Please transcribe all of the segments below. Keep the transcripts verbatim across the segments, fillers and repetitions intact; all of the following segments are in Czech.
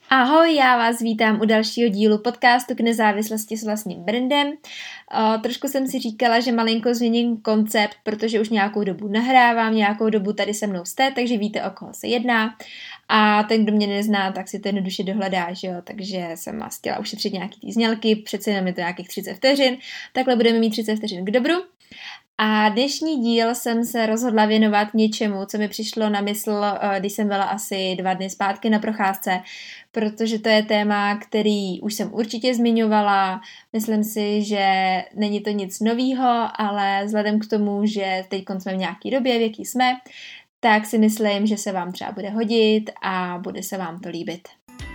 Ahoj, já vás vítám u dalšího dílu podcastu K nezávislosti s vlastním brandem. O, trošku jsem si říkala, že malinko změním koncept, protože už nějakou dobu nahrávám, nějakou dobu tady se mnou jste, takže víte, o koho se jedná. A ten, kdo mě nezná, tak si to jednoduše dohledá, že jo? Takže jsem vás chtěla ušetřit nějaký ty znělky, přece jenom je to nějakých třicet vteřin, takhle budeme mít třicet vteřin k dobru. A dnešní díl jsem se rozhodla věnovat něčemu, co mi přišlo na mysl, když jsem byla asi dva dny zpátky na procházce, protože to je téma, který už jsem určitě zmiňovala. Myslím si, že není to nic novýho, ale vzhledem k tomu, že teď jsme v nějaký době, v jaký jsme, tak si myslím, že se vám třeba bude hodit a bude se vám to líbit.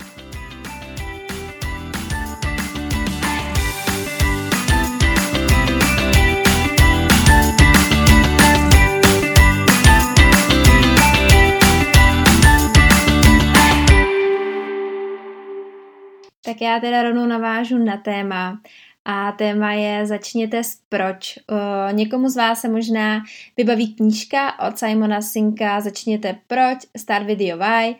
Tak já teda rovnou navážu na téma a téma je Začněte s proč. O, někomu z vás se možná vybaví knížka od Simona Sinka Začněte proč, Start with your why.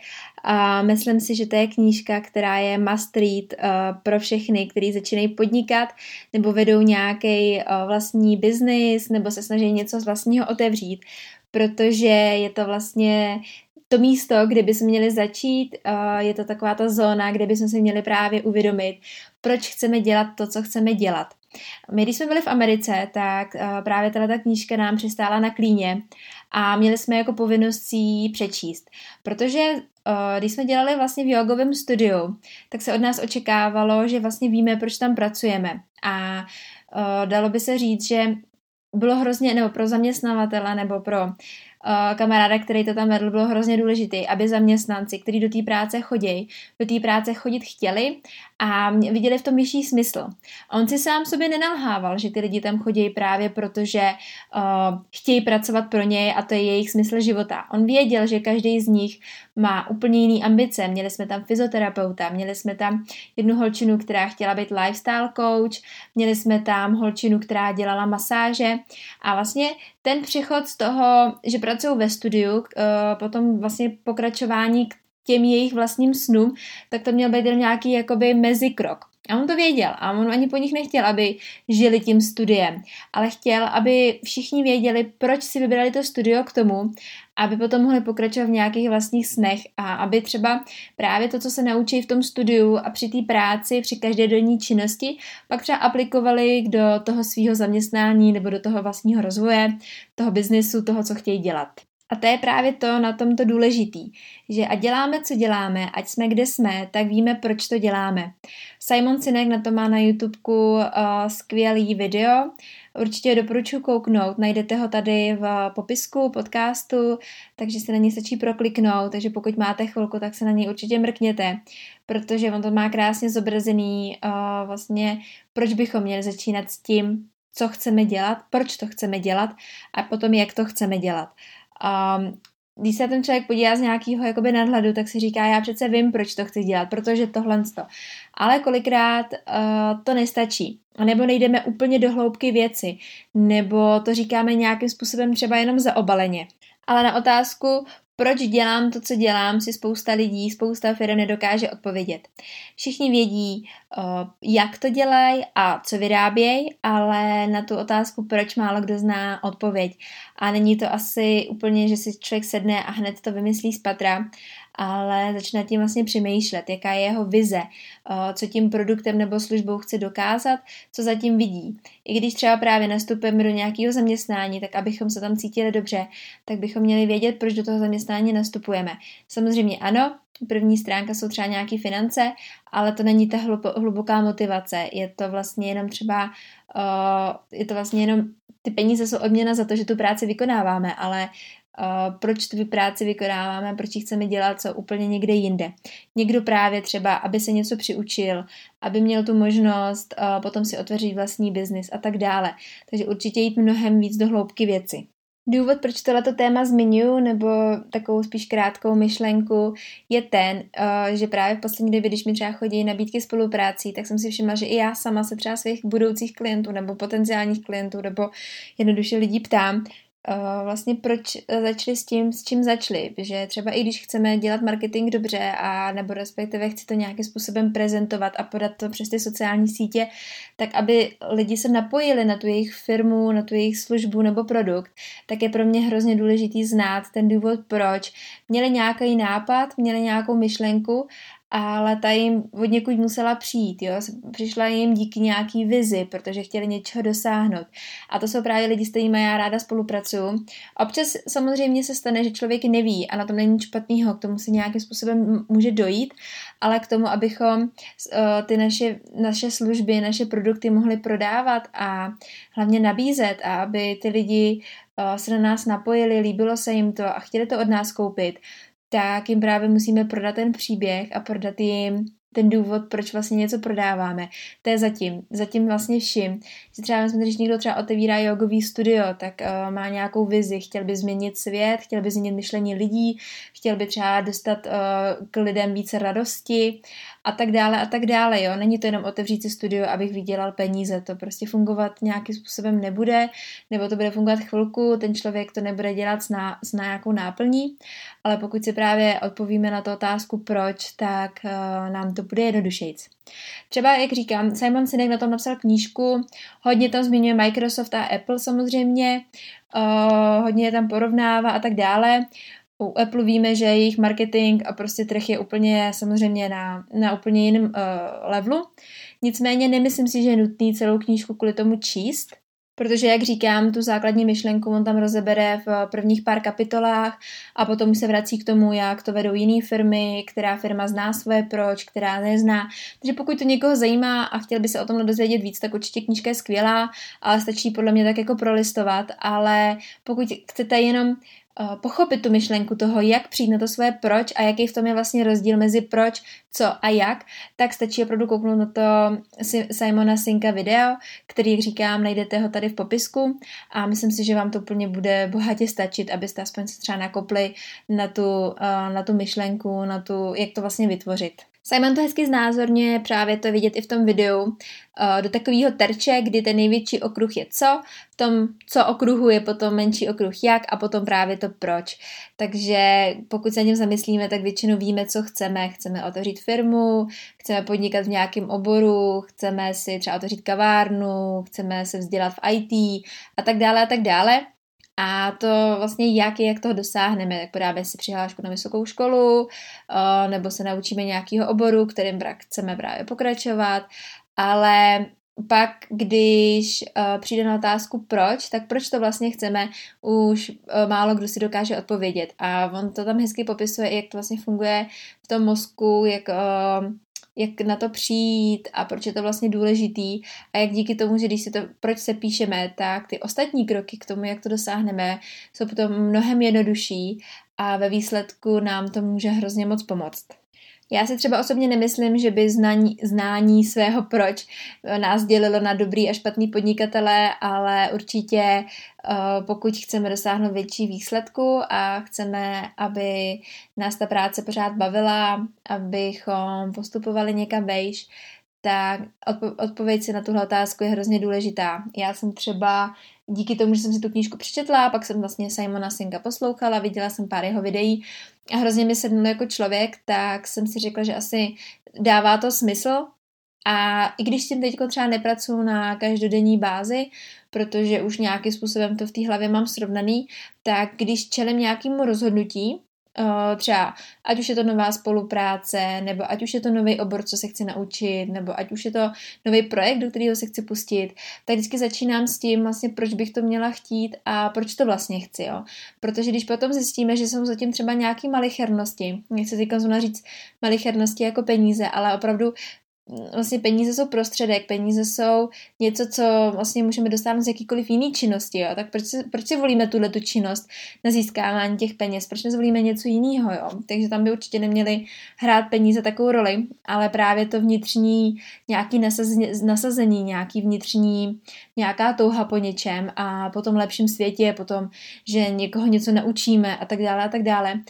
A myslím si, že to je knížka, která je must read uh, pro všechny, kteří začínají podnikat nebo vedou nějaký uh, vlastní biznis nebo se snaží něco z vlastního otevřít, protože je to vlastně to místo, kde bychom měli začít, je to taková ta zóna, kde bychom si měli právě uvědomit, proč chceme dělat to, co chceme dělat. My, když jsme byli v Americe, tak právě tato knížka nám přistála na klíně a měli jsme jako povinnost si ji přečíst. Protože když jsme dělali vlastně v jogovém studiu, tak se od nás očekávalo, že vlastně víme, proč tam pracujeme. A dalo by se říct, že bylo hrozně, nebo pro zaměstnavatele, nebo pro Uh, kamaráda, který to tam vedl, bylo hrozně důležitý, aby zaměstnanci, kteří do té práce chodí, do té práce chodit chtěli a viděli v tom vyšší smysl. On si sám sobě nenalhával, že ty lidi tam chodí právě protože uh, chtějí pracovat pro něj a to je jejich smysl života. On věděl, že každý z nich má úplně jiný ambice. Měli jsme tam fyzioterapeuta, měli jsme tam jednu holčinu, která chtěla být lifestyle coach, měli jsme tam holčinu, která dělala masáže a vlastně ten přechod z toho, že pracují ve studiu, potom vlastně pokračování k těm jejich vlastním snům, tak to měl být jen nějaký jakoby mezikrok. A on to věděl a on ani po nich nechtěl, aby žili tím studiem, ale chtěl, aby všichni věděli, proč si vybrali to studio k tomu, aby potom mohli pokračovat v nějakých vlastních snech a aby třeba právě to, co se naučí v tom studiu a při té práci, při každé denní činnosti, pak třeba aplikovali do toho svého zaměstnání nebo do toho vlastního rozvoje, toho biznesu, toho, co chtějí dělat. A to je právě to na tomto důležitý, že ať děláme, co děláme, ať jsme, kde jsme, tak víme, proč to děláme. Simon Sinek na to má na YouTubeku uh, skvělý video, určitě doporučuji kouknout, najdete ho tady v popisku podcastu, takže se na něj stačí prokliknout, takže pokud máte chvilku, tak se na něj určitě mrkněte, protože on to má krásně zobrazený, uh, vlastně proč bychom měli začínat s tím, co chceme dělat, proč to chceme dělat a potom jak to chceme dělat. Um, když se ten člověk podívá z nějakého jakoby nadhledu, tak si říká, já přece vím, proč to chci dělat, protože tohle to. Ale kolikrát uh, to nestačí. Nebo nejdeme úplně do hloubky věci, nebo to říkáme nějakým způsobem třeba jenom zaobaleně. Ale na otázku, proč dělám to, co dělám, si spousta lidí, spousta firm nedokáže odpovědět. Všichni vědí, jak to dělají a co vyrábějí, ale na tu otázku, proč, málo kdo zná odpověď. A není to asi úplně, že si člověk sedne a hned to vymyslí z patra, ale začne tím vlastně přemýšlet, jaká je jeho vize, co tím produktem nebo službou chce dokázat, co zatím vidí. I když třeba právě nastupujeme do nějakého zaměstnání, tak abychom se tam cítili dobře, tak bychom měli vědět, proč do toho zaměstnání nastupujeme. Samozřejmě ano, první stránka jsou třeba nějaké finance, ale to není ta hluboká motivace. Je to vlastně jenom třeba, uh, je to vlastně jenom, ty peníze jsou odměna za to, že tu práci vykonáváme, ale Uh, proč tu práci vykonáváme, proč ji chceme dělat, co úplně někde jinde. Někdo právě třeba, aby se něco přiučil, aby měl tu možnost uh, potom si otevřít vlastní biznis a tak dále. Takže určitě jít mnohem víc do hloubky věci. Důvod, proč tohleto téma zmiňuji, nebo takovou spíš krátkou myšlenku, je ten, že právě v poslední době, když mi třeba chodí nabídky spoluprácí, tak jsem si všimla, že i já sama se třeba svých budoucích klientů nebo potenciálních klientů nebo jednoduše lidí ptám, Uh, vlastně proč začali s tím, s čím začali, že třeba i když chceme dělat marketing dobře a nebo respektive chci to nějakým způsobem prezentovat a podat to přes ty sociální sítě, tak aby lidi se napojili na tu jejich firmu, na tu jejich službu nebo produkt, tak je pro mě hrozně důležitý znát ten důvod proč. Měli nějaký nápad, měli nějakou myšlenku, ale ta jim od někud musela přijít, jo? Přišla jim díky nějaký vizi, protože chtěli něčeho dosáhnout. A to jsou právě lidi, s kterými já ráda spolupracuju. Občas samozřejmě se stane, že člověk neví a na tom není nic špatného, k tomu si nějakým způsobem může dojít, ale k tomu, abychom uh, ty naše, naše služby, naše produkty mohli prodávat a hlavně nabízet a aby ty lidi uh, se na nás napojili, líbilo se jim to a chtěli to od nás koupit, tak jim právě musíme prodat ten příběh a prodat jim ten důvod, proč vlastně něco prodáváme. To je zatím, zatím vlastně vším. Že třeba myslím, když někdo třeba otevírá jogový studio, tak uh, má nějakou vizi, chtěl by změnit svět, chtěl by změnit myšlení lidí, chtěl by třeba dostat uh, k lidem více radosti a tak dále a tak dále, jo. Není to jenom otevřít si studio, abych vydělal peníze, to prostě fungovat nějakým způsobem nebude, nebo to bude fungovat chvilku, ten člověk to nebude dělat s, ná, s nějakou náplní, ale pokud si právě odpovíme na tu otázku proč, tak uh, nám to bude jednodušejc. Třeba, jak říkám, Simon Sinek na tom napsal knížku, hodně tam zmiňuje Microsoft a Apple samozřejmě, uh, hodně je tam porovnává a tak dále. U Apple víme, že jejich marketing a prostě trh je úplně samozřejmě na, na úplně jiném uh, levelu. Nicméně nemyslím si, že je nutný celou knížku kvůli tomu číst, protože, jak říkám, tu základní myšlenku on tam rozebere v prvních pár kapitolách a potom se vrací k tomu, jak to vedou jiné firmy, která firma zná svoje proč, která nezná. Takže pokud to někoho zajímá a chtěl by se o tom dozvědět víc, tak určitě knížka je skvělá, ale stačí podle mě tak jako prolistovat. Ale pokud chcete jenom pochopit tu myšlenku toho, jak přijít na to svoje proč a jaký v tom je vlastně rozdíl mezi proč, co a jak, tak stačí opravdu kouknout na to Simona Sinka video, který, jak říkám, najdete ho tady v popisku a myslím si, že vám to úplně bude bohatě stačit, abyste aspoň se třeba nakopli na tu, na tu myšlenku, na tu, jak to vlastně vytvořit. Simon to hezky znázorňuje, právě to vidět i v tom videu, do takového terče, kdy ten největší okruh je co, v tom co okruhu je potom menší okruh jak a potom právě to proč. Takže pokud se na něm zamyslíme, tak většinou víme, co chceme. Chceme otevřít firmu, chceme podnikat v nějakém oboru, chceme si třeba otevřít kavárnu, chceme se vzdělat v í té a tak dále a tak dále. A to vlastně jak je, jak toho dosáhneme, tak podáme si přihlášku na vysokou školu, nebo se naučíme nějakého oboru, kterým chceme právě pokračovat, ale pak, když uh, přijde na otázku proč, tak proč to vlastně chceme, už uh, málo kdo si dokáže odpovědět. A on to tam hezky popisuje, jak to vlastně funguje v tom mozku, jak... Uh, jak na to přijít a proč je to vlastně důležitý a jak díky tomu, že když si to, proč se píšeme, tak ty ostatní kroky k tomu, jak to dosáhneme, jsou potom mnohem jednodušší a ve výsledku nám to může hrozně moc pomoct. Já si třeba osobně nemyslím, že by znání, znání svého proč nás dělilo na dobrý a špatný podnikatele, ale určitě pokud chceme dosáhnout větší výsledku a chceme, aby nás ta práce pořád bavila, abychom postupovali někam vejš, tak odpo- odpověď si na tuhle otázku je hrozně důležitá. Já jsem třeba díky tomu, že jsem si tu knížku přečetla, pak jsem vlastně Simona Sinka poslouchala, viděla jsem pár jeho videí a hrozně mi sednul jako člověk, tak jsem si řekla, že asi dává to smysl. A i když s tím teďko třeba nepracuju na každodenní bázi, protože už nějakým způsobem to v té hlavě mám srovnaný, tak když čelím nějakému rozhodnutí, třeba ať už je to nová spolupráce, nebo ať už je to nový obor, co se chci naučit, nebo ať už je to nový projekt, do kterého se chci pustit, tak vždycky začínám s tím vlastně, proč bych to měla chtít a proč to vlastně chci, jo. Protože když potom zjistíme, že jsou zatím třeba nějaký malichernosti, nechci teďka zrovna říct malichernosti jako peníze, ale opravdu vlastně peníze jsou prostředek, peníze jsou něco, co vlastně můžeme dostávat z jakýkoliv jiný činnosti, jo? Tak proč si, proč si volíme tuhle tu činnost na získávání těch peněz, proč nezvolíme něco jiného, jo? Takže tam by určitě neměly hrát peníze takovou roli, ale právě to vnitřní nějaký nasazení, nasazení nějaký vnitřní, nějaká touha po něčem a po tom lepším světě, potom, že někoho něco naučíme a tak dále a tak dále,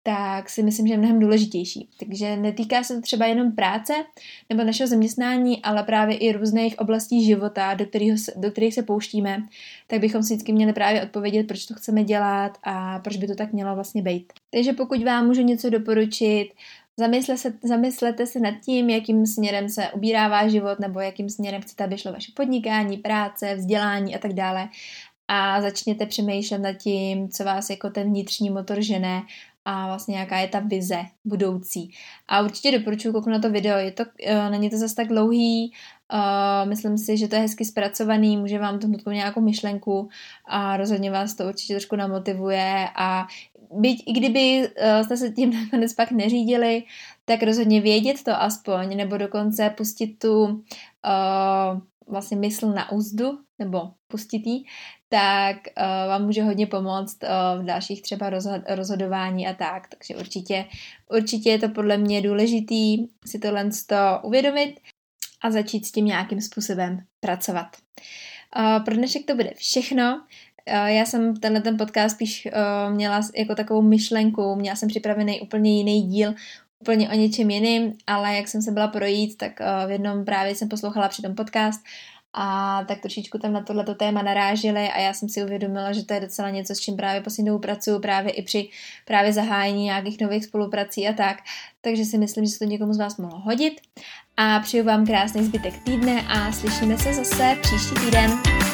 tak si myslím, že je mnohem důležitější. Takže netýká se to třeba jenom práce nebo našeho zaměstnání, ale právě i různých oblastí života, do kterých, do kterých se pouštíme, tak bychom si vždycky měli právě odpovědět, proč to chceme dělat a proč by to tak mělo vlastně být. Takže pokud vám můžu něco doporučit, Zamysle se, zamyslete se nad tím, jakým směrem se ubírá váš život nebo jakým směrem chcete, aby šlo vaše podnikání, práce, vzdělání a tak dále. A začněte přemýšlet nad tím, co vás jako ten vnitřní motor žene a vlastně jaká je ta vize budoucí. A určitě doporučuji kouknout na to video, je to, uh, není to zase tak dlouhý, uh, myslím si, že to je hezky zpracovaný, může vám to hnutko nějakou myšlenku a rozhodně vás to určitě trošku namotivuje a byť i kdyby uh, jste se tím nakonec pak neřídili, tak rozhodně vědět to aspoň, nebo dokonce pustit tu uh, vlastně mysl na úzdu, nebo pustit jí, tak uh, vám může hodně pomoct uh, v dalších třeba rozhod- rozhodování a tak. Takže určitě, určitě je to podle mě důležitý si tohle uvědomit a začít s tím nějakým způsobem pracovat. Uh, pro dnešek to bude všechno. Uh, já jsem tenhle ten podcast spíš uh, měla jako takovou myšlenku, měla jsem připravený úplně jiný díl, úplně o něčem jiným, ale jak jsem se byla projít, tak uh, v jednom právě jsem poslouchala při tom podcast a tak trošičku tam na tohleto téma narážely a já jsem si uvědomila, že to je docela něco, s čím právě poslední dobou pracuju, právě i při právě zahájení nějakých nových spoluprací a tak. Takže si myslím, že se to někomu z vás mohlo hodit a přeju vám krásný zbytek týdne a slyšíme se zase příští týden.